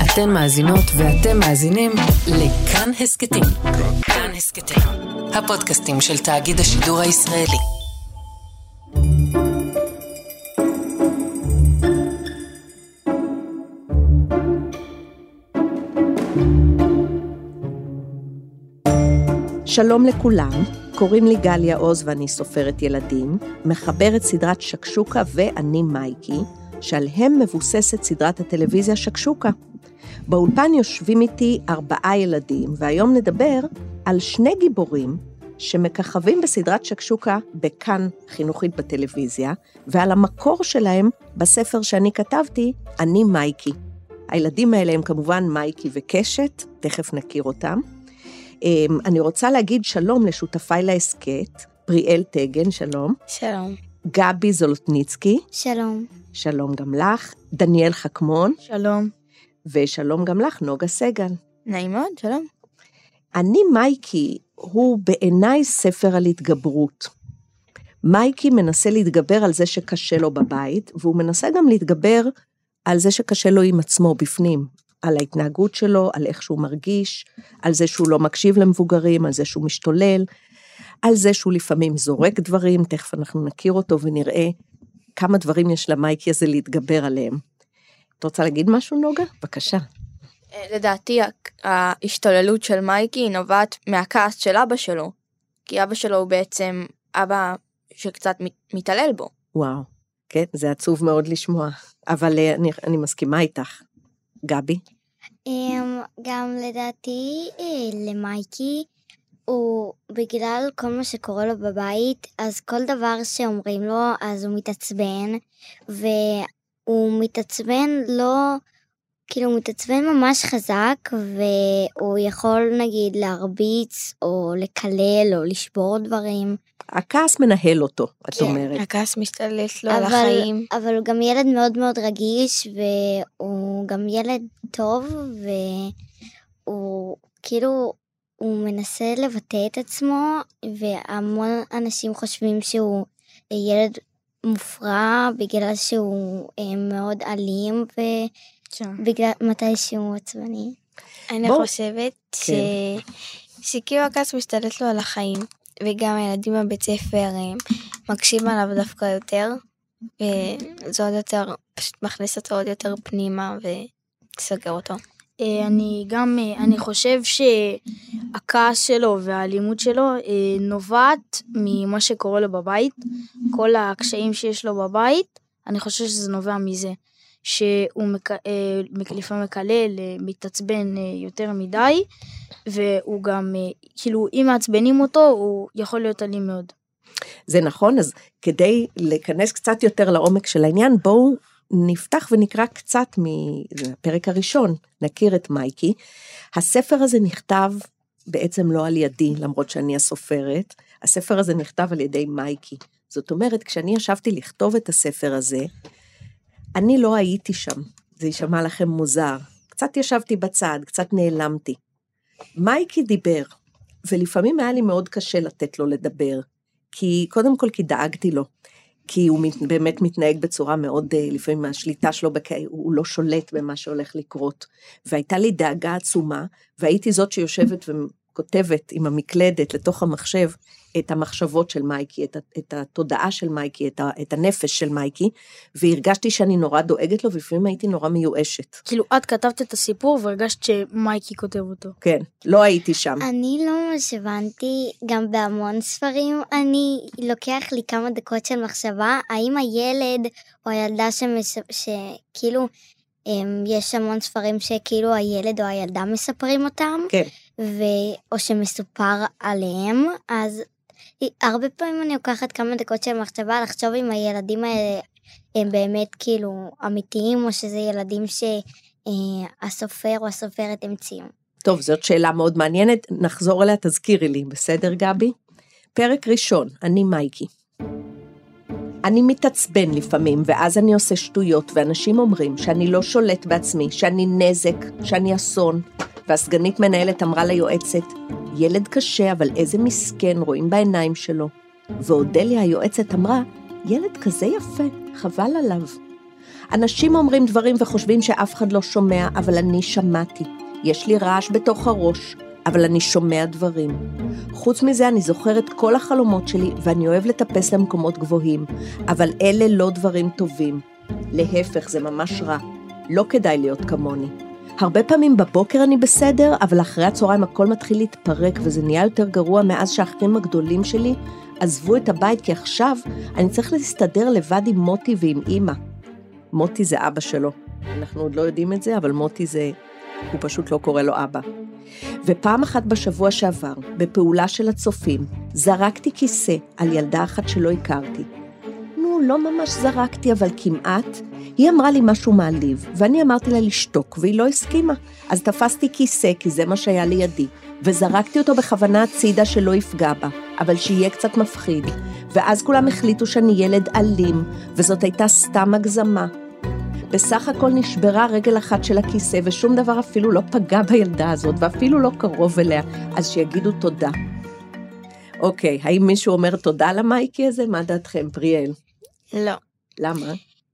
אתן מאזינות ואתם מאזינים לכאן הסקטים. כאן הסקטים, הפודקאסטים של תאגיד השידור הישראלי. שלום לכולם, קוראים לי גליה עוז ואני סופרת ילדים, מחברת סדרת שקשוקה ואני מייקי, שעליהם מבוססת סדרת הטלוויזיה שקשוקה. באולפן יושבים איתי 4 ילדים, והיום נדבר על 2 גיבורים שמככבים בסדרת שקשוקה בכאן חינוכית בטלוויזיה, ועל המקור שלהם בספר שאני כתבתי, אני מייקי. הילדים האלה הם כמובן מייקי וקשת, תכף נכיר אותם. אני רוצה להגיד שלום לשותפיי להסקט, פריאל טגן, שלום. שלום. גבי זולוטניצקי. שלום. שלום גם לך. דניאל חכמון. שלום. ושלום גם לך, נוגה סגל. נעים מאוד, שלום. אני מייקי הוא בעיניי ספר על התגברות. מייקי מנסה להתגבר על זה שקשה לו בבית, והוא מנסה גם להתגבר על זה שקשה לו עם עצמו בפנים. על ההתנהגות שלו, על איך שהוא מרגיש, על זה שהוא לא מקשיב למבוגרים, על זה שהוא משתולל, על זה שהוא לפעמים זורק דברים, תכף אנחנו נכיר אותו ונראה כמה דברים יש למייקי הזה להתגבר עליהם. את רוצה להגיד משהו, נוגה? בבקשה. לדעתי, ההשתוללות של מייקי היא נובעת מהכעס של אבא שלו, כי אבא שלו הוא בעצם אבא שקצת מתעלל בו. וואו, כן, זה עצוב מאוד לשמוע, אבל אני מסכימה איתך. גבי? גם לדעתי למייקי, הוא בגלל כל מה שקורה לו בבית, אז כל דבר שאומרים לו, אז הוא מתעצבן, והוא מתעצבן לא, כאילו הוא מתעצבן ממש חזק, והוא יכול נגיד להרביץ, או לקלל, או לשבור דברים. הכעס מנהל אותו, את כן, אומרת. הכעס משתלט לו על החיים. אבל הוא גם ילד מאוד מאוד רגיש, והוא גם ילד טוב, והוא כאילו, הוא מנסה לבטא את עצמו, והמון אנשים חושבים שהוא ילד מופרע, בגלל שהוא מאוד אלים, ובגלל מתי שהוא עצבני. אני חושבת שכאילו הכעס משתלט לו על החיים, וגם הילדים בבית ספר מקשיב עליו דווקא יותר, וזה עוד יותר, פשוט מכניס אותו עוד יותר פנימה וסגר אותו. אני חושב שהכעס שלו והאלימות שלו נובעת ממה שקורה לו בבית, כל הקשיים שיש לו בבית, אני חושב שזה נובע מזה, שהוא לפעמים מקלל, מתעצבן יותר מדי, והוא גם, כאילו, אם מעצבנים אותו, הוא יכול להיות אלים מאוד. זה נכון, אז כדי להיכנס קצת יותר לעומק של העניין, בואו נפתח ונקרא קצת מהפרק הראשון, נכיר את מייקי. הספר הזה נכתב בעצם לא על ידי, למרות שאני הסופרת, הספר הזה נכתב על ידי מייקי. זאת אומרת, כשאני ישבתי לכתוב את הספר הזה, אני לא הייתי שם, זה יישמע לכם מוזר, קצת ישבתי בצד, קצת נעלמתי. מייקי דיבר, ולפעמים היה לי מאוד קשה לתת לו לדבר, כי קודם כל כי דאגתי לו, כי הוא באמת מתנהג בצורה מאוד, לפעמים השליטה שלו, הוא לא שולט במה שהולך לקרות, והייתה לי דאגה עצומה, והייתי זאת שיושבת וכותבת עם המקלדת לתוך המחשב, את המחשבות של מייקי, את התודעה של מייקי, את הנפש של מייקי, והרגשתי שאני נורא דואגת לו, ולפעמים הייתי נורא מיואשת. כאילו, את כתבת את הסיפור, והרגשת שמייקי כותב אותו. כן, לא הייתי שם. אני לא ממש הבנתי, גם בהמון ספרים, אני לוקח לי כמה דקות של מחשבה, האם הילד או הילדה שכאילו, יש המון ספרים שכאילו הילד או הילדה מספרים אותם, כן. או שמסופר עליהם, אז הרבה פעמים אני לוקחת כמה דקות של מחשבה לחשוב אם הילדים האלה הם באמת כאילו אמיתיים, או שזה ילדים שהסופר או הסופרת המציאו. טוב, זאת שאלה מאוד מעניינת, נחזור אליה, תזכירי לי, בסדר גבי? פרק ראשון, אני מייקי. אני מתעצבן לפעמים, ואז אני עושה שטויות, ואנשים אומרים שאני לא שולט בעצמי, שאני נזק, שאני אסון, והסגנית מנהלת אמרה ליועצת, ילד קשה, אבל איזה מסכן, רואים בעיניים שלו. ואודליה היועצת אמרה, ילד כזה יפה, חבל עליו. אנשים אומרים דברים וחושבים שאף אחד לא שומע, אבל אני שמעתי. יש לי רעש בתוך הראש, אבל אני שומע דברים. חוץ מזה אני זוכר את כל החלומות שלי, ואני אוהב לטפס למקומות גבוהים, אבל אלה לא דברים טובים. להפך, זה ממש רע. לא כדאי להיות כמוני. הרבה פעמים בבוקר אני בסדר, אבל אחרי הצהריים הכל מתחיל להתפרק, וזה נהיה יותר גרוע מאז שהאחים הגדולים שלי עזבו את הבית, כי עכשיו אני צריך להסתדר לבד עם מוטי ועם אמא. מוטי זה אבא שלו. אנחנו עוד לא יודעים את זה, אבל מוטי זה, הוא פשוט לא קורא לו אבא. ופעם אחת בשבוע שעבר, בפעולה של הצופים, זרקתי כיסא על ילדה אחת שלא הכרתי. לא ממש זרקתי, אבל כמעט. היא אמרה לי משהו מעליב, ואני אמרתי לה לשתוק, והיא לא הסכימה. אז תפסתי כיסא, כי זה מה שהיה לידי, וזרקתי אותו בכוונה הצידה שלא יפגע בה, אבל שיהיה קצת מפחיד. ואז כולם החליטו שאני ילד אלים, וזאת הייתה סתם הגזמה. בסך הכל נשברה רגל אחת של הכיסא, ושום דבר אפילו לא פגע בילדה הזאת, ואפילו לא קרוב אליה, אז שיגידו תודה. אוקיי, האם מישהו אומר תודה למייקי הזה? מה דעתכם, פריאל? לא. למה?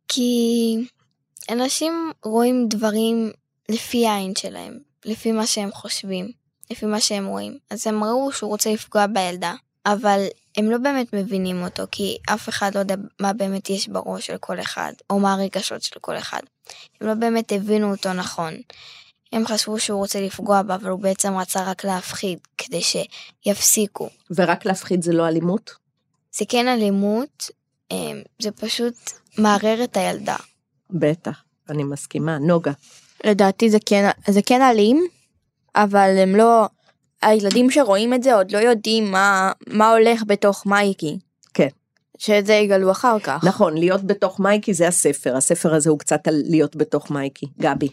כי אנשים רואים דברים לפי העין שלהם, לפי מה שהם חושבים, לפי מה שהם רואים. אז הם ראו שהוא רוצה לפגוע בילדה, אבל הם לא באמת מבינים אותו, כי אף אחד לא יודע מה באמת יש בראש של כל אחד, או מה הרגשות של כל אחד. הם לא באמת הבינו אותו נכון. הם חשבו שהוא רוצה לפגוע בה, אבל הוא בעצם רצה רק להפחיד, כדי שיפסיקו. ורק להפחיד זה לא אלימות? זה כן אלימות, זה פשוט מערער את הילדה. בטח, אני מסכימה. נוגה. לדעתי זה כן אלים, אבל הם לא, הילדים שרואים את זה עוד לא יודעים מה הולך בתוך מייקי. כן. שזה יגלו אחר כך. נכון, להיות בתוך מייקי זה הספר. הספר הזה הוא קצת על להיות בתוך מייקי. גבי.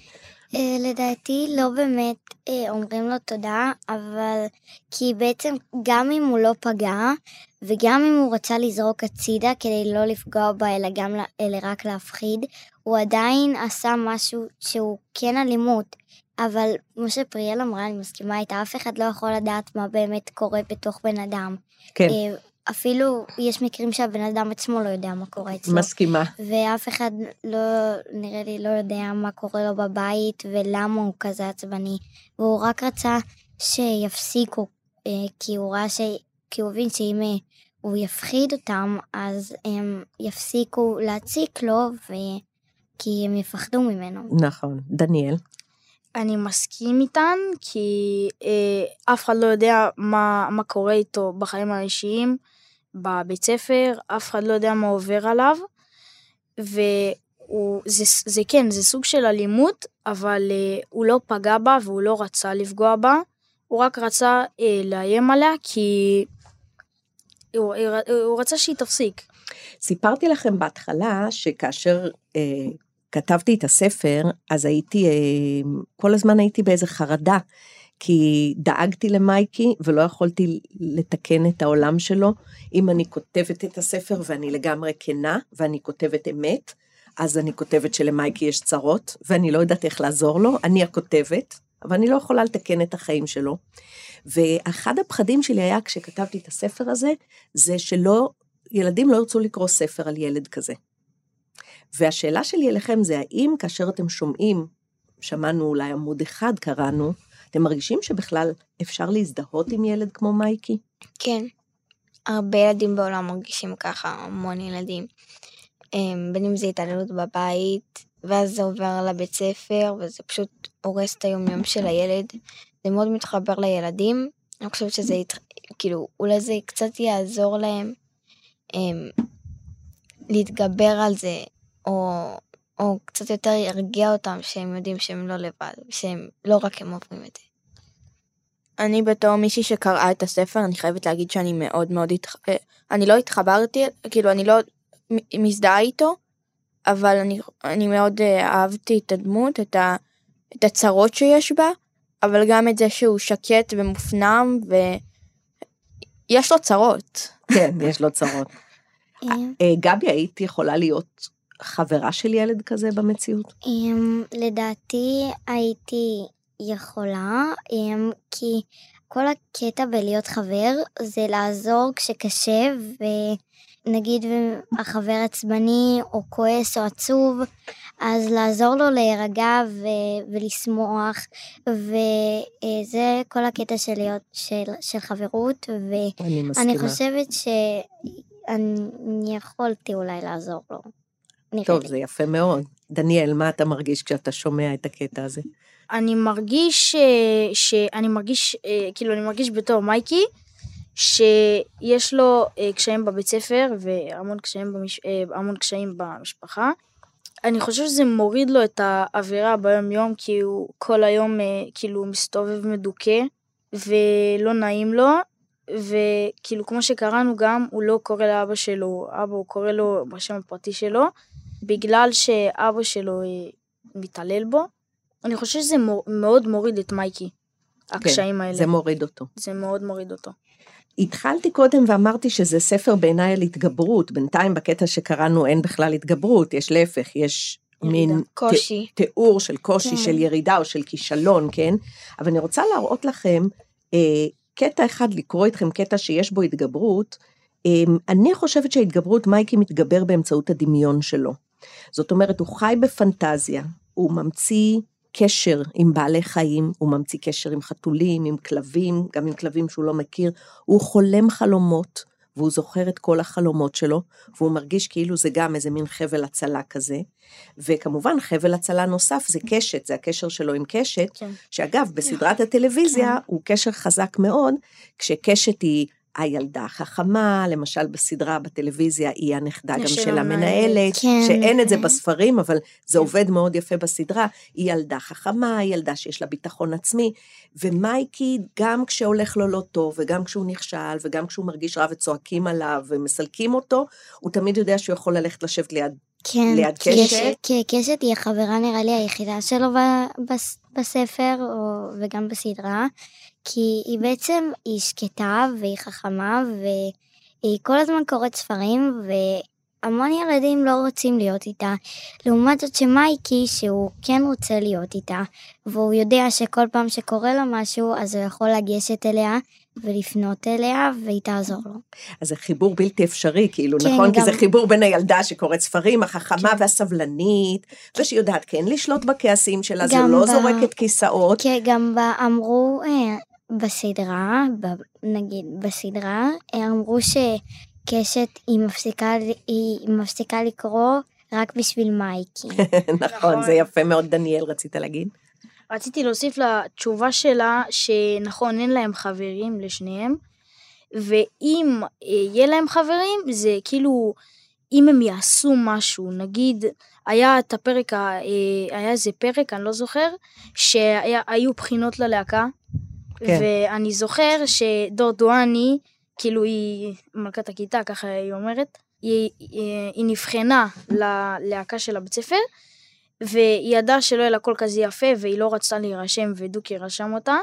לדעתי לא באמת אומרים לו תודה, אבל כי בעצם גם אם הוא לא פגע, וגם אם הוא רצה לזרוק הצידה כדי לא לפגוע בה, אלא רק להפחיד, הוא עדיין עשה משהו שהוא כן אלימות. אבל כמו שפריאל אמרה, אני מסכימה איתה, אף אחד לא יכול לדעת מה באמת קורה בתוך בן אדם. כן. אפילו יש מקרים שהבן אדם עצמו לא יודע מה קורה אצלו. מסכימה. ואף אחד לא, נראה לי, לא יודע מה קורה לו בבית, ולמה הוא כזה עצבני. והוא רק רצה שיפסיקו, כי הוא הבין שאם הוא יפחיד אותם, אז הם יפסיקו להציק לו, כי הם יפחדו ממנו. נכון. דניאל. אני מסכים איתן, כי אף אחד לא יודע מה קורה איתו בחיים האישיים, בבית ספר, אף אחד לא יודע מה עובר עליו, וזה כן, זה סוג של אלימות, אבל הוא לא פגע בה, והוא לא רצה לפגוע בה, הוא רק רצה לאיים עליה, כי הוא רצה שהיא תפסיק. סיפרתי לכם בהתחלה, שכאשר כתבתי את הספר, אז כל הזמן הייתי באיזה חרדה, כי דאגתי למייקי, ולא יכולתי לתקן את העולם שלו. אם אני כותבת את הספר, ואני לגמרי כנה, ואני כותבת אמת, אז אני כותבת שלמייקי יש צרות, ואני לא יודעת איך לעזור לו, אני הכותבת, אבל אני לא יכולה לתקן את החיים שלו. ואחד הפחדים שלי היה, כשכתבתי את הספר הזה, זה ילדים לא ירצו לקרוא ספר על ילד כזה. והשאלה שלי אליכם זה, האם כאשר אתם שמענו אולי עמוד אחד, קראנו, אתם מרגישים שבכלל אפשר להזדהות עם ילד כמו מייקי? כן, הרבה ילדים בעולם מרגישים ככה, המון ילדים. בין אם זה התעללות בבית, ואז זה עובר לבית ספר, וזה פשוט הורס את היום של הילד. זה מאוד מתחבר לילדים, אני חושבת שזה, כאילו, אולי זה קצת יעזור להם להתגבר על זה, או קצת יותר ירגיע אותם, שהם יודעים שהם לא לבד, שהם לא רק הם עוברים את זה. אני בתור מישהי שקראה את הספר, אני חייבת להגיד שאני מאוד מאוד אני לא התחברתי, כאילו אני לא מזדהה איתו, אבל אני מאוד אהבתי את הדמות, את הצרות שיש בה, אבל גם את זה שהוא שקט ומופנם, ויש לו צרות. כן, יש לו צרות. גבי, היית יכולה להיות חברה של ילד כזה במציאות? לדעתי הייתי יכולה, כי כל הקטע בלהיות חבר זה לעזור כשקשה, נגיד החבר עצבני או כועס או עצוב, אז לעזור לו להירגע ולשמוח, וזה כל הקטע של חברות, ואני חושבת שאני יכולתי אולי לעזור לו. טוב, זה יפה מאוד. דניאל, מה אתה מרגיש כשאתה שומע את הקטע הזה? אני מרגיש כאילו אני מרגיש בתור מייקי, שיש לו קשיים בבית ספר, והמון קשיים במשפחה. אני חושב שזה מוריד לו את האווירה ביום יום, כי הוא כל היום כאילו מסתובב מדוכא, ולא נעים לו, וכאילו כמו שקראנו גם, הוא לא קורא לאבא שלו, אבא הוא קורא לו בשם הפרטי שלו, בגלל שאבא שלו מתעלל בו. אני חושב שזה מאוד מוריד את מייקי, הקשיים האלה. זה מוריד אותו. זה מאוד מוריד אותו. התחלתי קודם ואמרתי שזה ספר בעיניי על התגברות, בינתיים בקטע שקראנו אין בכלל התגברות, יש להפך, יש מין תיאור של קושי, של ירידה או של כישלון, כן? אבל אני רוצה להראות לכם, קטע אחד, לקרוא איתכם קטע שיש בו התגברות, אני חושבת שההתגברות, מייקי מתגבר באמצעות הדמיון שלו. זאת אומרת, הוא חי בפנטזיה, הוא ממציא קשר עם בעלי חיים, הוא ממציא קשר עם חתולים, עם כלבים, גם עם כלבים שהוא לא מכיר, הוא חולם חלומות, והוא זוכר את כל החלומות שלו, והוא מרגיש כאילו זה גם איזה מין חבל הצלה כזה, וכמובן חבל הצלה נוסף זה קשת, זה הקשר שלו עם קשת, שאגב בסדרת הטלוויזיה הוא קשר חזק מאוד, כשקשת היא הילדה החכמה, למשל בסדרה בטלוויזיה היא הנכדה גם של המנהלת, שאין את זה בספרים, אבל זה עובד מאוד יפה בסדרה, היא ילדה חכמה, היא ילדה שיש לה ביטחון עצמי, ומייקי גם כשהולך לו לא טוב, וגם כשהוא נכשל, וגם כשהוא מרגיש רע וצועקים עליו, ומסלקים אותו, הוא תמיד יודע שהוא יכול ללכת לשבת ליד קשת. כי קשת היא החברה נראה לי היחידה שלו בספר, וגם בסדרה, כי היא בעצם היא שקטה והיא חכמה, והיא כל הזמן קוראת ספרים, והמון ילדים לא רוצים להיות איתה, לעומת זאת שמייקי שהוא כן רוצה להיות איתה, והוא יודע שכל פעם שקורה לו משהו, אז הוא יכול לגשת אליה, ולפנות אליה, והיא תעזור לו. אז זה חיבור בלתי אפשרי, כאילו, כן, נכון? גם... כי זה חיבור בין הילדה שקוראת ספרים, החכמה כן. והסבלנית, כן. ושיודעת כן לשלוט בכעסים שלה, זה לא זורקת כיסאות. כן, גם אמרו בסדרה, נגיד בסדרה, אמרו שקשת היא מפסיקה לקרוא רק בשביל מייקי. נכון, זה יפה מאוד. דניאל, רצית להגיד? רציתי להוסיף לתשובה שלה, שנכון, אין להם חברים לשניהם, ואם יהיה להם חברים, זה כאילו, אם הם יעשו משהו, נגיד, היה את הפרק, היה איזה פרק, אני לא זוכר, שהיו בחינות ללהקה, כן. ואני זוכר שדורדואני, כאילו היא מלכת הכיתה, ככה היא אומרת, היא נבחנה ללהקה של הבית ספר, והיא ידעה שלא היה לה קול כזה יפה, והיא לא רצתה להירשם, ודוקי רשם אותה,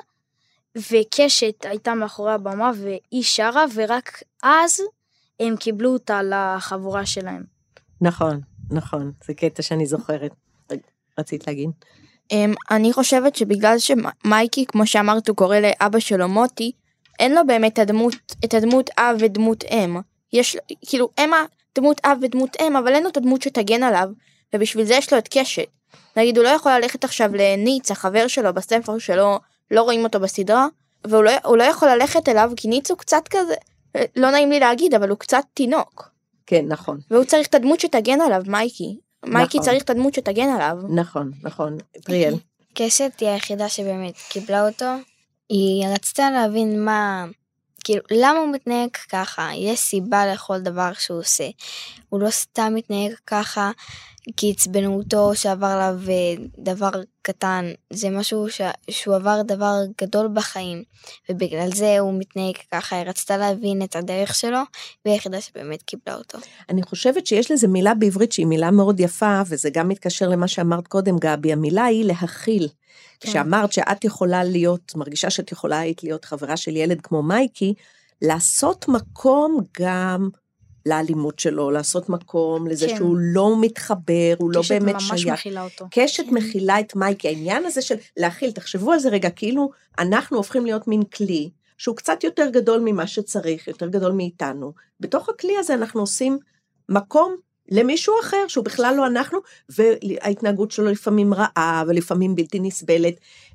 וקשת הייתה מאחורי הבמה, והיא שרה, ורק אז הם קיבלו אותה לחבורה שלהם. נכון, נכון, זה קטע שאני זוכרת. רצית להגיד? אני חושבת שבגלל שמייקי, כמו שאמרת, הוא קורא לאבא שלו מוטי, אין לו באמת את הדמות אב ודמות אם. יש, כאילו, אמה דמות אב ודמות אם, אבל אין לו את הדמות שתגן עליו, ובשביל זה יש לו את קשת. נגיד, הוא לא יכול ללכת עכשיו לניץ, החבר שלו בספר שלו, לא רואים אותו בסדרה, והוא לא יכול ללכת אליו, כי ניץ הוא קצת כזה, לא נעים לי להגיד, אבל הוא קצת תינוק. כן, נכון. והוא צריך את הדמות שתגן עליו, מייקי. מייקי צריך את הדמות שתגן עליו. נכון, נכון. פריאל. קשת היא היחידה שבאמת קיבלה אותו. היא רצתה להבין כאילו, למה הוא מתנהג ככה? יש סיבה לכל דבר שהוא עושה. הוא לא סתם מתנהג ככה, כי עצבנו אותו שעבר עליו דבר קטן. זה משהו שהוא עבר דבר גדול בחיים, ובגלל זה הוא מתנהג ככה. היא רצתה להבין את הדרך שלו, והיחידה שבאמת קיבלה אותו. אני חושבת שיש לזה מילה בעברית שהיא מילה מאוד יפה, וזה גם מתקשר למה שאמרת קודם, גבי. המילה היא להכיל. כשאמרת שאת יכולה להיות, מרגישה שאת יכולה להיות חברה של ילד כמו מייקי, לעשות מקום גם לאלימות שלו, לעשות מקום לזה שהוא לא מתחבר, הוא לא באמת שייך. קשת ממש מכילה אותו. קשת מכילה את מייקי, העניין הזה של להכיל, תחשבו על זה רגע, כאילו אנחנו הופכים להיות מין כלי, שהוא קצת יותר גדול ממה שצריך, יותר גדול מאיתנו. בתוך הכלי הזה אנחנו עושים מקום למישהו אחר, שהוא בכלל לא אנחנו, וההתנהגות שלו לפעמים רעה, ולפעמים בלתי נסבלת,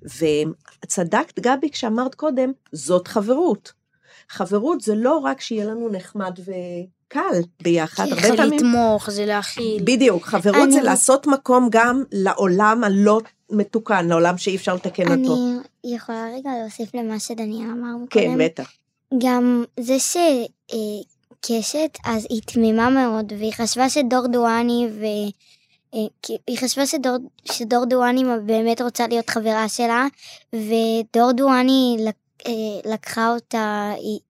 וצדקת גבי כשאמרת קודם, זאת חברות. חברות זה לא רק שיהיה לנו נחמד וקל ביחד, הרבה פעמים... זה לתמוך, זה להכיל. בדיוק, חברות זה לעשות מקום גם לעולם הלא מתוקן, לעולם שאי אפשר לתקן אותו. אני יכולה רגע להוסיף למה שדניאל אמר קודם. כן, בטח. גם זה שקשת, אז היא תמימה מאוד, והיא חשבה שדור דואני, היא חשבה שדור דואני באמת רוצה להיות חברה שלה, ודור דואני לקחה אותה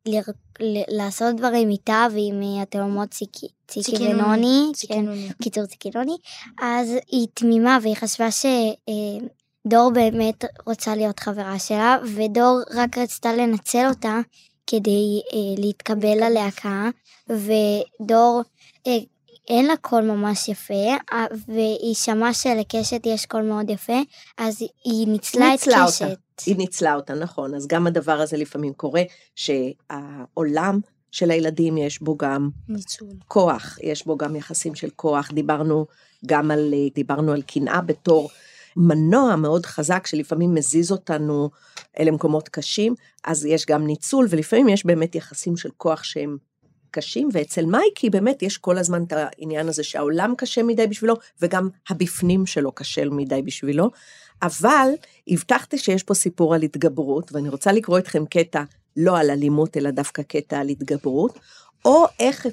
לעשות דברים איתה, ועם התאומות ציקי ונוני, קיצור ציקינוני, אז היא תמימה, והיא חשבה שדור באמת רוצה להיות חברה שלה, ודור רק רצתה לנצל אותה, כדי להתקבל ללהקה, ודור אין לה קול ממש יפה, והיא שמעה שלקשת יש קול מאוד יפה, אז היא ניצלה את קשת. היא ניצלה אותה, נכון. אז גם הדבר הזה לפעמים קורה, שהעולם של הילדים יש בו גם ניצול. כוח, יש בו גם יחסים של כוח, דיברנו על קנאה בתור מנוע מאוד חזק, שלפעמים מזיז אותנו אלה מקומות קשים, אז יש גם ניצול, ולפעמים יש באמת יחסים של כוח שהם קשים, ואצל מייקי באמת יש כל הזמן את העניין הזה, שהעולם קשה מדי בשבילו, וגם הבפנים שלו קשה מדי בשבילו, אבל הבטחתי שיש פה סיפור על התגברות, ואני רוצה לקרוא אתכם קטע, לא על אלימות, אלא דווקא קטע על התגברות, או איך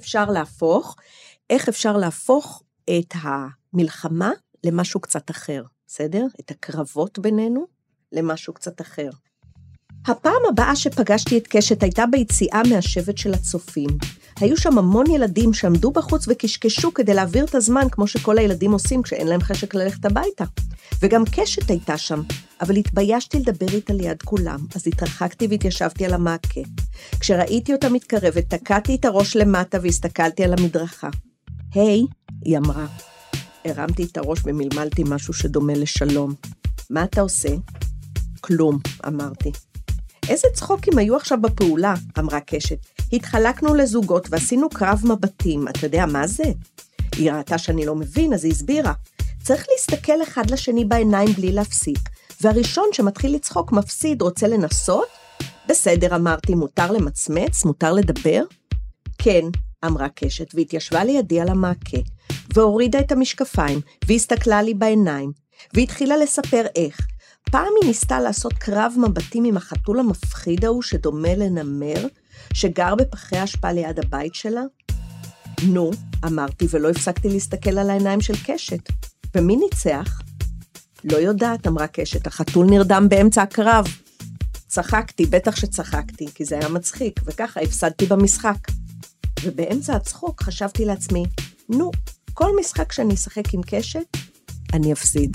אפשר להפוך את המלחמה למשהו קצת אחר, בסדר? את הקרבות בינינו למשהו קצת אחר. הפעם הבאה שפגשתי את קשת הייתה ביציאה מהשבט של הצופים. היו שם המון ילדים שעמדו בחוץ וקשקשו כדי להעביר את הזמן, כמו שכל הילדים עושים כשאין להם חשק ללכת הביתה. וגם קשת הייתה שם, אבל התביישתי לדבר איתה ליד כולם, אז התרחקתי והתיישבתי על המעקה. כשראיתי אותה מתקרבת, תקעתי את הראש למטה והסתכלתי על המדרכה. היי, היא אמרה. הרמתי את הראש ומלמלתי משהו שדומה לשלום. מה אתה עושה? כלום, אמרתי. איזה צחוקים היו עכשיו בפעולה, אמרה קשת. התחלקנו לזוגות ועשינו קרב מבטים, אתה יודע מה זה? היא ראתה שאני לא מבין, אז היא הסבירה. צריך להסתכל אחד לשני בעיניים בלי להפסיק, והראשון שמתחיל לצחוק מפסיד, רוצה לנסות? בסדר, אמרתי, מותר למצמץ, מותר לדבר? כן, אמרה קשת, והתיישבה לידי על המעקה, והורידה את המשקפיים, והסתכלה לי בעיניים, והתחילה לספר איך. פעם היא ניסתה לעשות קרב מבטים עם החתול המפחיד ההוא שדומה לנמר, שגר בפחי ההשפעה ליד הבית שלה? נו, אמרתי, ולא הפסקתי להסתכל על העיניים של קשת. ומי ניצח? לא יודעת, אמרה קשת, החתול נרדם באמצע הקרב. צחקתי, בטח שצחקתי, כי זה היה מצחיק, וככה הפסדתי במשחק. ובאמצע הצחוק חשבתי לעצמי, נו, כל משחק שאני אשחק עם קשת, אני אפסיד.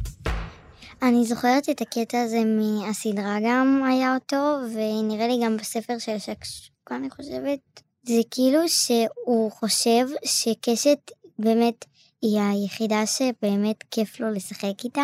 אני זוכרת את הקטע הזה מהסדרה גם היה אותו, ונראה לי גם בספר של שקשוקה, אני חושבת. זה כאילו שהוא חושב שקשת באמת היא היחידה שבאמת כיף לו לשחק איתה,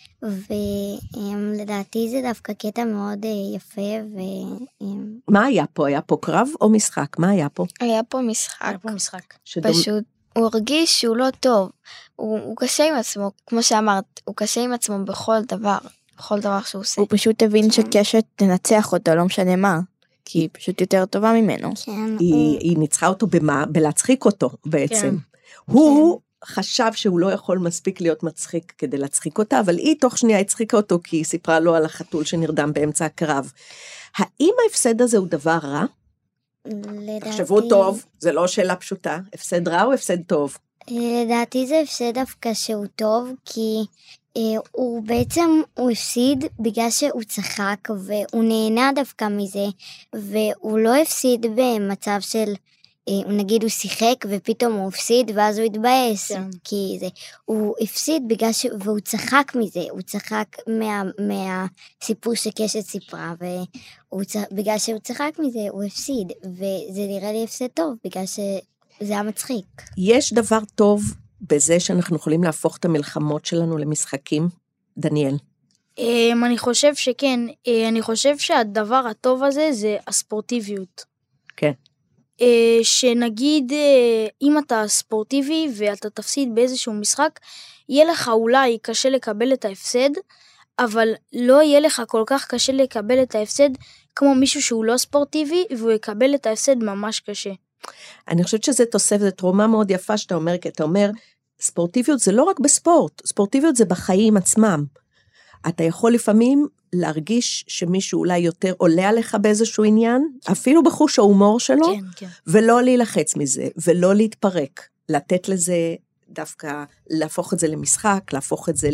ולדעתי זה דווקא קטע מאוד יפה. מה היה פה? היה פה קרב או משחק? מה היה פה? היה פה משחק. פשוט הוא הרגיש שהוא לא טוב, הוא קשה עם עצמו, כמו שאמרת, הוא קשה עם עצמו בכל דבר שהוא עושה. הוא פשוט הבין שקשת תנצח אותו, לא משנה מה, כי היא פשוט יותר טובה ממנו. כן. היא ניצחה אותו במה? בלהצחיק אותו בעצם. הוא חשב שהוא לא יכול מספיק להיות מצחיק כדי להצחיק אותה, אבל היא תוך שנייה הצחיקה אותו, כי היא סיפרה לו על החתול שנרדם באמצע הקרב. האם ההפסד הזה הוא דבר רע? תחשבו טוב, זה לא שאלה פשוטה, הפסד רע או הפסד טוב? לדעתי זה הפסד דווקא שהוא טוב, כי הוא בעצם, הוא הפסיד בגלל שהוא צחק, והוא נהנה דווקא מזה, והוא לא הפסיד במצב של, נגיד הוא שיחק ופתאום הוא הפסיד, ואז הוא התבאס, כי זה, הוא הפסיד בגלל והוא צחק מזה, הוא צחק מהסיפור שקשת סיפרה, ובגלל שהוא צחק מזה הוא הפסיד, וזה נראה לי הפסד טוב, בגלל שזה היה מצחיק. יש דבר טוב בזה שאנחנו יכולים להפוך את המלחמות שלנו למשחקים, דניאל? אני חושב שכן, אני חושב שהדבר הטוב הזה זה הספורטיביות. כן. שנגיד, אם אתה ספורטיבי ואתה תפסיד באיזשהו משחק, יהיה לך אולי קשה לקבל את ההפסד, אבל לא יהיה לך כל כך קשה לקבל את ההפסד, כמו מישהו שהוא לא ספורטיבי, והוא יקבל את ההפסד ממש קשה. אני חושבת שזה תוסף, זה תרומה מאוד יפה שאתה אומר, כי אתה אומר, ספורטיביות זה לא רק בספורט, ספורטיביות זה בחיים עצמם. אתה יכול לפעמים להרגיש שמישהו אולי יותר עולה עליך באיזשהו עניין, אפילו בחוש ההומור שלו, כן, כן. ולא להילחץ מזה, ולא להתפרק, לתת לזה דווקא, להפוך את זה למשחק, להפוך את זה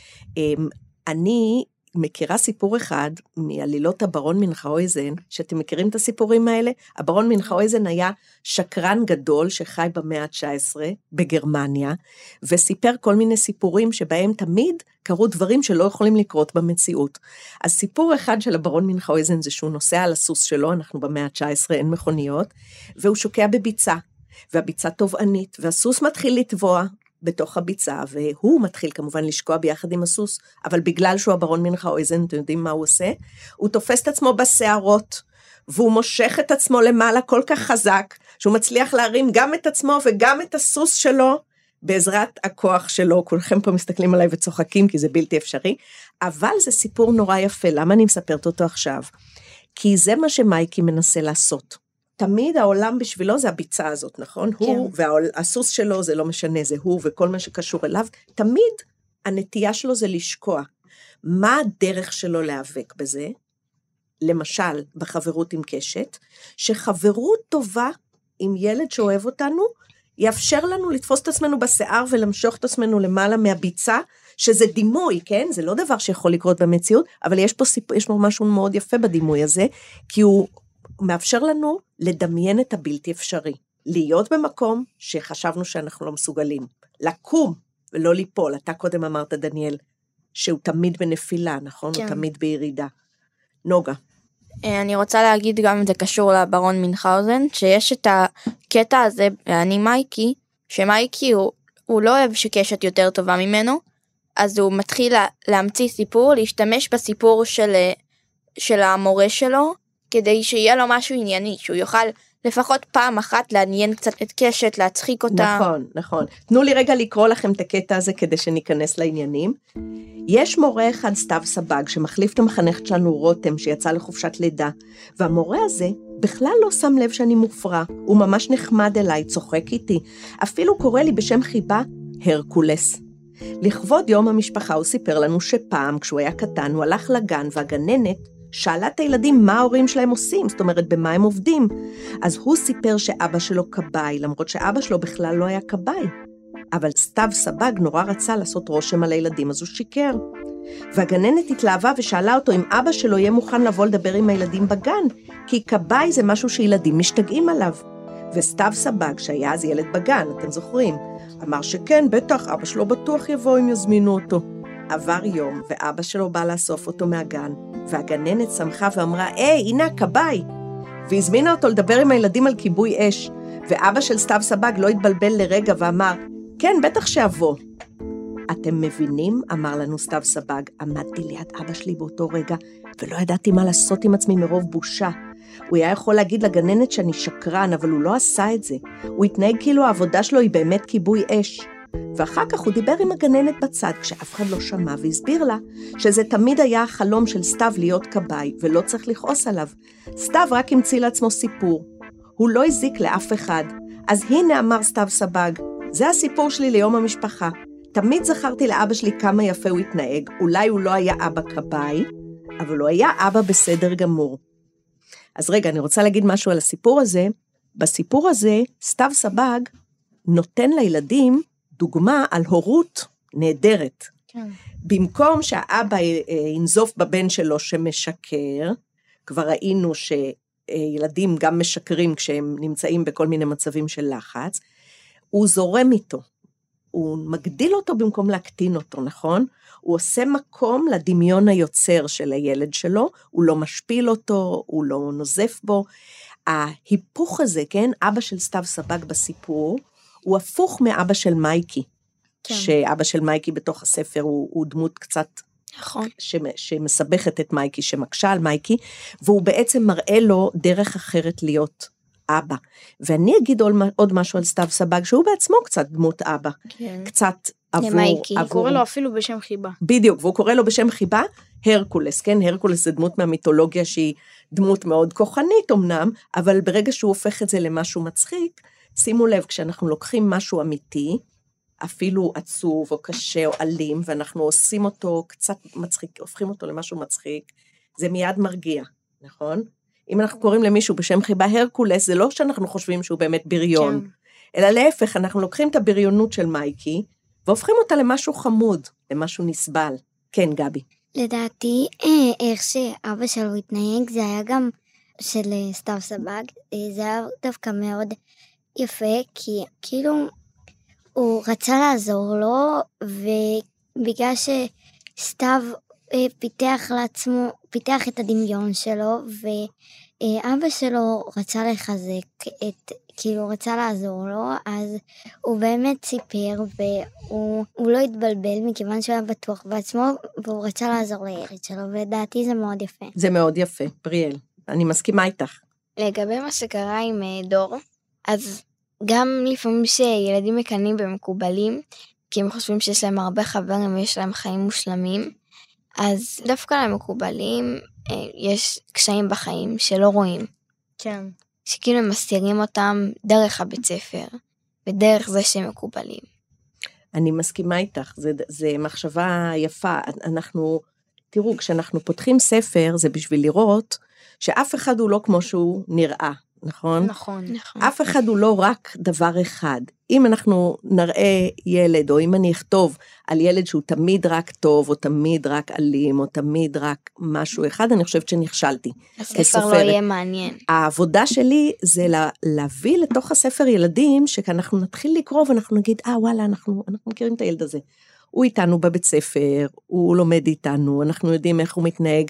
אני מכירה סיפור אחד מעלילות הברון מינכהאוזן, שאתם מכירים את הסיפורים האלה? הברון מינכהאוזן היה שקרן גדול שחי במאה ה-19 בגרמניה, וסיפר כל מיני סיפורים שבהם תמיד קרו דברים שלא יכולים לקרות במציאות. אז סיפור אחד של הברון מינכהאוזן זה שהוא נוסע על הסוס שלו, אנחנו במאה ה-19 אין מכוניות, והוא שוקע בביצה, והביצה טובענית, והסוס מתחיל לטבוע, בתוך הביצה, והוא מתחיל כמובן לשקוע ביחד עם הסוס, אבל בגלל שהוא הברון מינכהאוזן, אתם יודעים מה הוא עושה? הוא תופס את עצמו בשערות, והוא מושך את עצמו למעלה כל כך חזק, שהוא מצליח להרים גם את עצמו וגם את הסוס שלו, בעזרת הכוח שלו. כולכם פה מסתכלים עליי וצוחקים, כי זה בלתי אפשרי, אבל זה סיפור נורא יפה. למה אני מספרת אותו עכשיו? כי זה מה שמייקי מנסה לעשות. תמיד העולם בשבילו זה הביצה הזאת, נכון? כן. הוא והסוס שלו זה לא משנה, זה הוא וכל מה שקשור אליו, תמיד הנטייה שלו זה לשקוע. מה הדרך שלו להיאבק בזה? למשל, בחברות עם קשת, שחברות טובה עם ילד שאוהב אותנו, יאפשר לנו לתפוס את עצמנו בשיער ולמשוך את עצמנו למעלה מהביצה, שזה דימוי, כן? זה לא דבר שיכול לקרות במציאות, אבל יש פה משהו מאוד יפה בדימוי הזה, כי הוא מאפשר לנו לדמיין את הבלתי אפשרי, להיות במקום שחשבנו שאנחנו לא מסוגלים, לקום ולא ליפול. אתה קודם אמרת, דניאל, שהוא תמיד בנפילה, נכון? כן. הוא תמיד בירידה. נוגה. אני רוצה להגיד גם אם זה קשור לברון מינכהאוזן, שיש את הקטע הזה, אני מייקי, שמייקי הוא לא אוהב שקשת יותר טובה ממנו, אז הוא מתחיל להמציא סיפור, להשתמש בסיפור של המורה שלו, כדי שיהיה לו משהו ענייני, שהוא יוכל לפחות פעם אחת לעניין קצת את קשת, להצחיק אותה. נכון, נכון. תנו לי רגע לקרוא לכם את הקטע הזה, כדי שניכנס לעניינים. יש מורה אחד, סתיו סבג, שמחליף את המחנכת שלנו רותם, שיצא לחופשת לידה, והמורה הזה בכלל לא שם לב שאני מופרע, הוא ממש נחמד אליי, צוחק איתי, אפילו קורא לי בשם חיבה, הרקולס. לכבוד יום המשפחה הוא סיפר לנו שפעם, כשהוא היה קטן, הוא הלך לגן, והגננת שאלה את הילדים מה ההורים שלהם עושים, זאת אומרת במה הם עובדים. אז הוא סיפר שאבא שלו קבאי, למרות שאבא שלו בכלל לא היה קבאי. אבל סתיו סבג נורא רצה לעשות רושם על הילדים, אז הוא שיקר. והגננת התלהבה ושאלה אותו אם אבא שלו יהיה מוכן לבוא לדבר עם הילדים בגן, כי קבאי זה משהו שילדים משתגעים עליו. וסתיו סבג, שהיה אז ילד בגן, אתם זוכרים, אמר שכן, בטח, אבא שלו בטוח יבוא אם יזמינו אותו. עבר יום, ואבא שלו בא לאסוף אותו מהגן, והגננת שמחה ואמרה, הנה הקבאי, והזמינה אותו לדבר עם הילדים על כיבוי אש, ואבא של סתיו סבג לא התבלבל לרגע ואמר, כן, בטח שאבוא. אתם מבינים? אמר לנו סתיו סבג, עמדתי ליד אבא שלי באותו רגע, ולא ידעתי מה לעשות עם עצמי מרוב בושה. הוא היה יכול להגיד לגננת שאני שקרן, אבל הוא לא עשה את זה. הוא התנהג כאילו העבודה שלו היא באמת כיבוי אש. ואחר כך הוא דיבר עם הגננת בצד, כשאף אחד לא שמע, והסביר לה שזה תמיד היה החלום של סתיו להיות קבאי, ולא צריך לכעוס עליו. סתיו רק המציא לעצמו סיפור. הוא לא הזיק לאף אחד. אז הנה אמר סתיו סבג, זה הסיפור שלי ליום המשפחה. תמיד זכרתי לאבא שלי כמה יפה הוא התנהג. אולי הוא לא היה אבא קבאי, אבל הוא היה אבא בסדר גמור. אז רגע, אני רוצה להגיד משהו על הסיפור הזה. בסיפור הזה, סתיו סבג נותן לילדים דוגמה על הורות נהדרת. כן. במקום שהאבא ינזוף בבן שלו שמשקר, כבר ראינו שילדים גם משקרים כשהם נמצאים בכל מיני מצבים של לחץ, הוא זורם איתו, הוא מגדיל אותו במקום להקטין אותו, נכון? הוא עושה מקום לדמיון היוצר של הילד שלו, הוא לא משפיל אותו, הוא לא נוזף בו. ההיפוך הזה, כן, אבא של סתיו סבג בסיפור, הוא הפוך מאבא של מייקי, כן. שאבא של מייקי בתוך הספר הוא דמות קצת נכון. שמסבכת את מייקי, שמקשה על מייקי, והוא בעצם מראה לו דרך אחרת להיות אבא. ואני אגיד עוד משהו על סתיו סבג, שהוא בעצמו קצת דמות אבא. כן. קצת עבור... למייקי. הוא קורא לו אפילו בשם חיבה. בדיוק, והוא קורא לו בשם חיבה, הרקולס, כן? הרקולס זה דמות מהמיתולוגיה שהיא דמות מאוד כוחנית אמנם, אבל ברגע שהוא הופך את זה למשהו מצחיק, שימו לב, כשאנחנו לוקחים משהו אמיתי, אפילו עצוב או קשה או אלים, ואנחנו עושים אותו קצת מצחיק, הופכים אותו למשהו מצחיק, זה מיד מרגיע, נכון? אם אנחנו קוראים למישהו בשם חיבה הרקולס, זה לא שאנחנו חושבים שהוא באמת בריון, אלא להפך, אנחנו לוקחים את הבריונות של מייקי, והופכים אותה למשהו חמוד, למשהו נסבל. כן, גבי. לדעתי, איך שאבא שלו התנהג, זה היה גם של סתיו סבג, זה היה דווקא מאוד יפה, כי כאילו הוא רצה לעזור לו, ובגלל שסתיו פיתח לעצמו, פיתח את הדמיון שלו, ואבא שלו רצה לחזק כאילו רצה לעזור לו, אז הוא באמת סיפר, והוא לא התבלבל מכיוון שהוא היה בטוח בעצמו, והוא רצה לעזור לילד שלו, ולדעתי זה מאוד יפה. זה מאוד יפה, פריאל. אני מסכימה איתך. לגבי מה שקרה עם דור, אז גם לפעמים שילדים מקנאים במקובלים, כי הם חושבים שיש להם הרבה חברים ויש להם חיים מושלמים, אז דווקא למקובלים יש קשיים בחיים שלא רואים. כן. שכאילו הם מסתירים אותם דרך הבית ספר, ודרך זה שהם מקובלים. אני מסכימה איתך, זה מחשבה יפה. תראו, כשאנחנו פותחים ספר, זה בשביל לראות שאף אחד הוא לא כמו שהוא נראה, נכון? נכון. אף אחד הוא לא רק דבר אחד. אם אנחנו נראה ילד, או אם אני אכתוב על ילד שהוא תמיד רק טוב, או תמיד רק אלים, או תמיד רק משהו אחד, אני חושבת שנכשלתי. הספר לא יהיה מעניין. העבודה שלי זה להביא לתוך הספר ילדים, שאנחנו נתחיל לקרוא, ואנחנו נגיד, וואלה, אנחנו מכירים את הילד הזה. הוא איתנו בבית ספר, הוא לומד איתנו, אנחנו יודעים איך הוא מתנהג.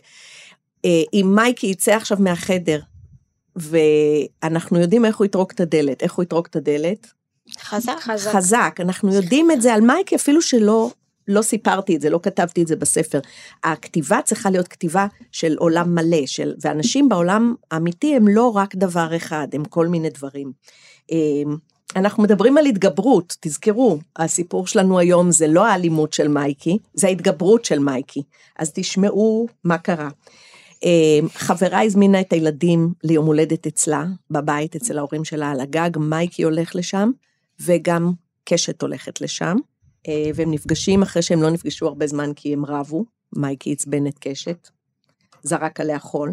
אם מייקי יצא עכשיו מהחדר, ואנחנו יודעים איך הוא יתרוק את הדלת. איך הוא יתרוק את הדלת? חזק. אנחנו יודעים את זה על מייקי, אפילו שלא סיפרתי את זה, לא כתבתי את זה בספר. הכתיבה צריכה להיות כתיבה של עולם מלא, ואנשים בעולם האמיתי הם לא רק דבר אחד, הם כל מיני דברים. אנחנו מדברים על התגברות, תזכרו, הסיפור שלנו היום זה לא האלימות של מייקי, זה ההתגברות של מייקי. אז תשמעו מה קרה. חברה הזמינה את הילדים ליום הולדת אצלה, בבית אצל ההורים שלה על הגג, מייקי הולך לשם, וגם קשת הולכת לשם, והם נפגשים אחרי שהם לא נפגשו הרבה זמן כי הם רבו, מייקי עצבן את קשת, זרק עליה חול,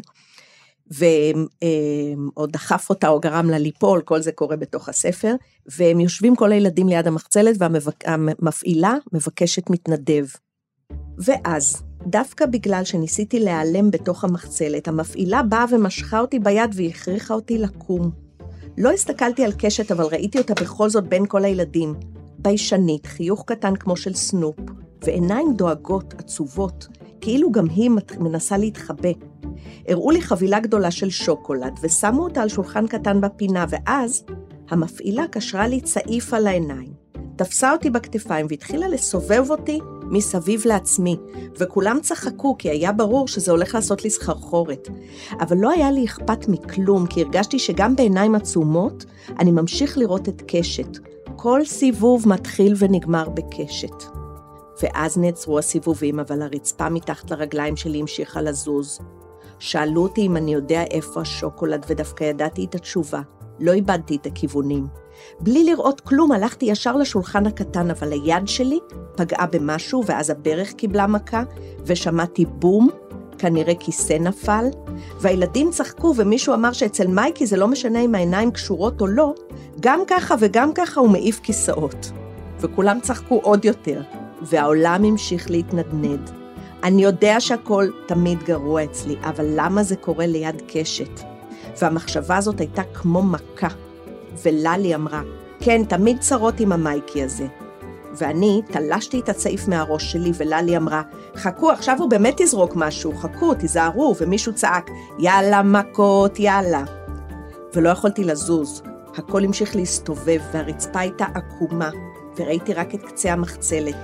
ועוד דחף אותה או גרם לה ליפול, כל זה קורה בתוך הספר, והם יושבים כל הילדים ליד המחצלת, והמפעילה מבקשת מתנדב. ואז, דווקא בגלל שניסיתי להיעלם בתוך המחצלת, המפעילה באה ומשכה אותי ביד והכריחה אותי לקום. לא הסתכלתי על קשת, אבל ראיתי אותה בכל זאת בין כל הילדים. ביישנית, חיוך קטן כמו של סנופ, ועיניים דואגות, עצובות, כאילו גם היא מנסה להתחבא. הראו לי חבילה גדולה של שוקולד, ושמו אותה על שולחן קטן בפינה, ואז המפעילה קשרה לי צעיף על העיניים. תפסה אותי בכתפיים והתחילה לסובב אותי מסביב לעצמי, וכולם צחקו כי היה ברור שזה הולך לעשות לי סחרחורת. אבל לא היה לי אכפת מכלום, כי הרגשתי שגם בעיניים עצומות אני ממשיך לראות את קשת. כל סיבוב מתחיל ונגמר בקשת. ואז נעצרו הסיבובים, אבל הרצפה מתחת לרגליים שלי המשיכה לזוז. שאלו אותי אם אני יודע איפה השוקולד, ודווקא ידעתי את התשובה. לא איבדתי את הכיוונים. בלי לראות כלום, הלכתי ישר לשולחן הקטן, אבל היד שלי פגעה במשהו, ואז הברך קיבלה מכה, ושמעתי בום, כנראה כיסא נפל, והילדים צחקו, ומישהו אמר שאצל מייקי זה לא משנה אם העיניים קשורות או לא, גם ככה וגם ככה הוא מעיף כיסאות. וכולם צחקו עוד יותר, והעולם המשיך להתנדנד. אני יודע שהכל תמיד גרוע אצלי, אבל למה זה קורה ליד קשת? והמחשבה הזאת הייתה כמו מכה, וללי אמרה, כן, תמיד צרות עם המייקי הזה. ואני תלשתי את הצעיף מהראש שלי, וללי אמרה, חכו, עכשיו הוא באמת יזרוק משהו, חכו, תיזהרו, ומישהו צעק, יאללה מכות, יאללה. ולא יכולתי לזוז, הכל המשיך להסתובב, והרצפה הייתה עקומה, וראיתי רק את קצה המחצלת.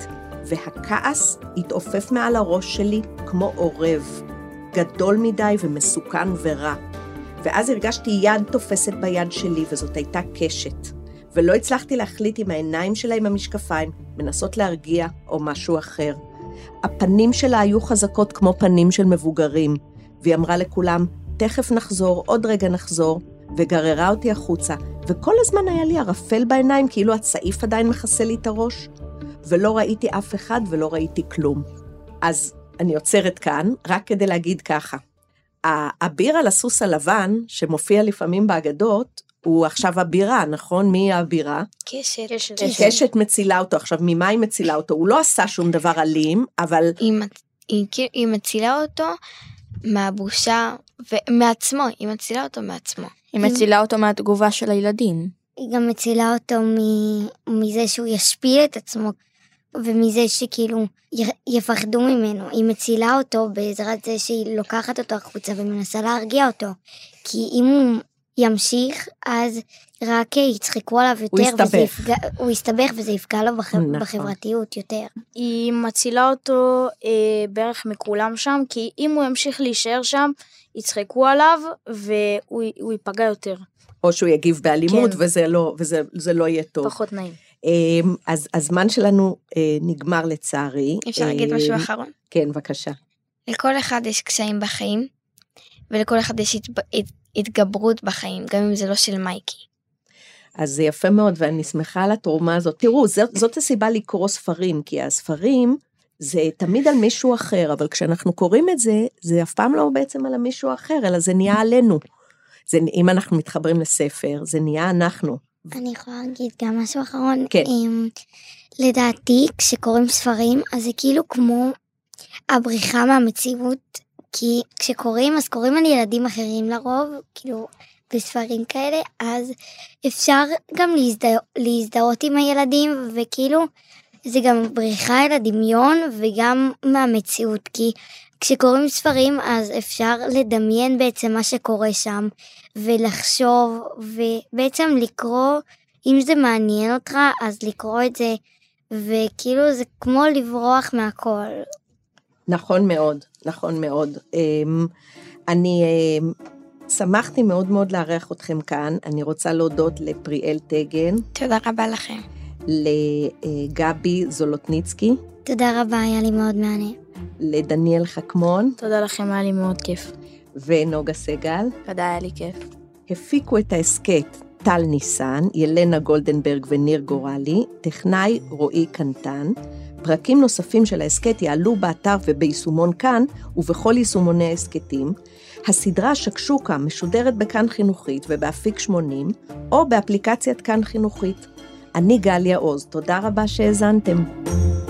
והכעס התעופף מעל הראש שלי כמו עורב, גדול מדי ומסוכן ורע. ואז הרגשתי יד תופסת ביד שלי, וזאת הייתה קשת. ולא הצלחתי להחליט עם העיניים שלה עם המשקפיים, מנסות להרגיע או משהו אחר. הפנים שלה היו חזקות כמו פנים של מבוגרים, והיא אמרה לכולם, תכף נחזור, עוד רגע נחזור, וגררה אותי החוצה, וכל הזמן היה לי ערפל בעיניים, כאילו הצעיף עדיין מכסה לי את הראש, ולא ראיתי אף אחד ולא ראיתי כלום. אז אני עוצרת כאן, רק כדי להגיד ככה, האביר על הסוס הלבן, שמופיע לפעמים באגדות, הוא עכשיו אבירה, נכון? מי האבירה? קשת. קשת מצילה אותו. עכשיו, ממה היא מצילה אותו? הוא לא עשה שום דבר אלים, אבל... היא מצילה אותו מהבושה ומעצמו, היא מצילה אותו מעצמו. היא מצילה אותו מהתגובה של הילדים. היא גם מצילה אותו מזה שהוא ישפיל את עצמו, ומזה שכאילו יפחדו ממנו. היא מצילה אותו בעזרת זה שהיא לוקחת אותו החוצה ומנסה להרגיע אותו. כי אם הוא ימשיך, אז רק יצחקו עליו יותר, הוא יסתבך וזה יפגע לו בחברתיות יותר. היא מצילה אותו בערך מכולם שם, כי אם הוא ימשיך להישאר שם, יצחקו עליו והוא ייפגע יותר. או שהוא יגיב באלימות, כן. וזה לא יהיה טוב. פחות נעים. אז הזמן שלנו נגמר לצערי. אפשר להגיד משהו אחרון? כן, בבקשה. לכל אחד יש קשיים בחיים, ולכל אחד יש התגברות בחיים, גם אם זה לא של מייקי. אז זה יפה מאוד, ואני שמחה על התרומה הזאת. תראו, זאת הסיבה לקרוא ספרים, כי הספרים זה תמיד על מישהו אחר, אבל כשאנחנו קוראים את זה, זה אף פעם לא בעצם על מישהו אחר, אלא זה נהיה עלינו. אם אנחנו מתחברים לספר, זה נהיה אנחנו. אני יכולה להגיד גם משהו אחרון. כן. לדעתי, כשקוראים ספרים, אז זה כאילו כמו הבריחה מהמציאות, כי כשקוראים, אז קוראים על ילדים אחרים לרוב, כאילו בספרים כאלה, אז אפשר גם להזדהות עם הילדים, וכאילו זה גם בריחה אל הדמיון וגם מהמציאות, כי כשקוראים ספרים אז אפשר לדמיין בעצם מה שקורה שם, ולחשוב, ובעצם לקרוא, אם זה מעניין אותך, אז לקרוא את זה, וכאילו זה כמו לברוח מהכל. נכון מאוד, נכון מאוד. אני שמחתי מאוד מאוד לארח אתכם כאן, אני רוצה להודות לפריאל טגן. תודה רבה לכם. לגבי זולוטניצקי. תודה רבה, היה לי מאוד מעניין. לדניאל חכמון. תודה לכם, היה לי מאוד כיף. ונוגה סגל. תודה, היה לי כיף. הפיקו את העסקת טל ניסן, ילנה גולדנברג וניר גורלי, טכנאי רועי קנטן. פרקים נוספים של העסקת יעלו באתר וביישומון כאן ובכל יישומוני העסקתים. הסדרה שקשוקה משודרת בכאן חינוכית ובאפיק 80 או באפליקציית כאן חינוכית. אני גליה עוז, תודה רבה שהאזנתם.